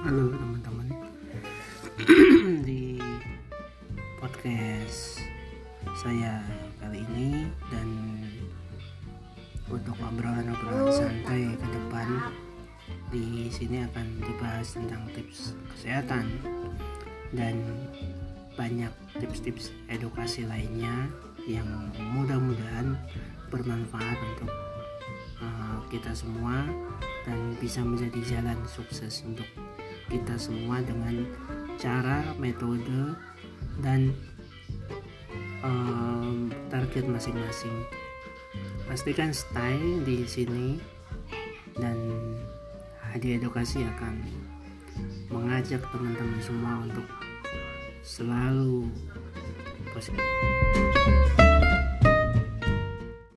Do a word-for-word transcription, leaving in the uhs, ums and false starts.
Halo teman-teman. Di podcast saya kali ini, dan untuk obrolan-obrolan santai ke depan, di sini akan dibahas tentang tips kesehatan dan banyak tips-tips edukasi lainnya yang mudah-mudahan bermanfaat untuk uh, kita semua dan bisa menjadi jalan sukses untuk kita semua dengan cara, metode, dan um, target masing-masing. Pastikan stay di sini, dan Hadi Edukasi akan mengajak teman-teman semua untuk selalu positif.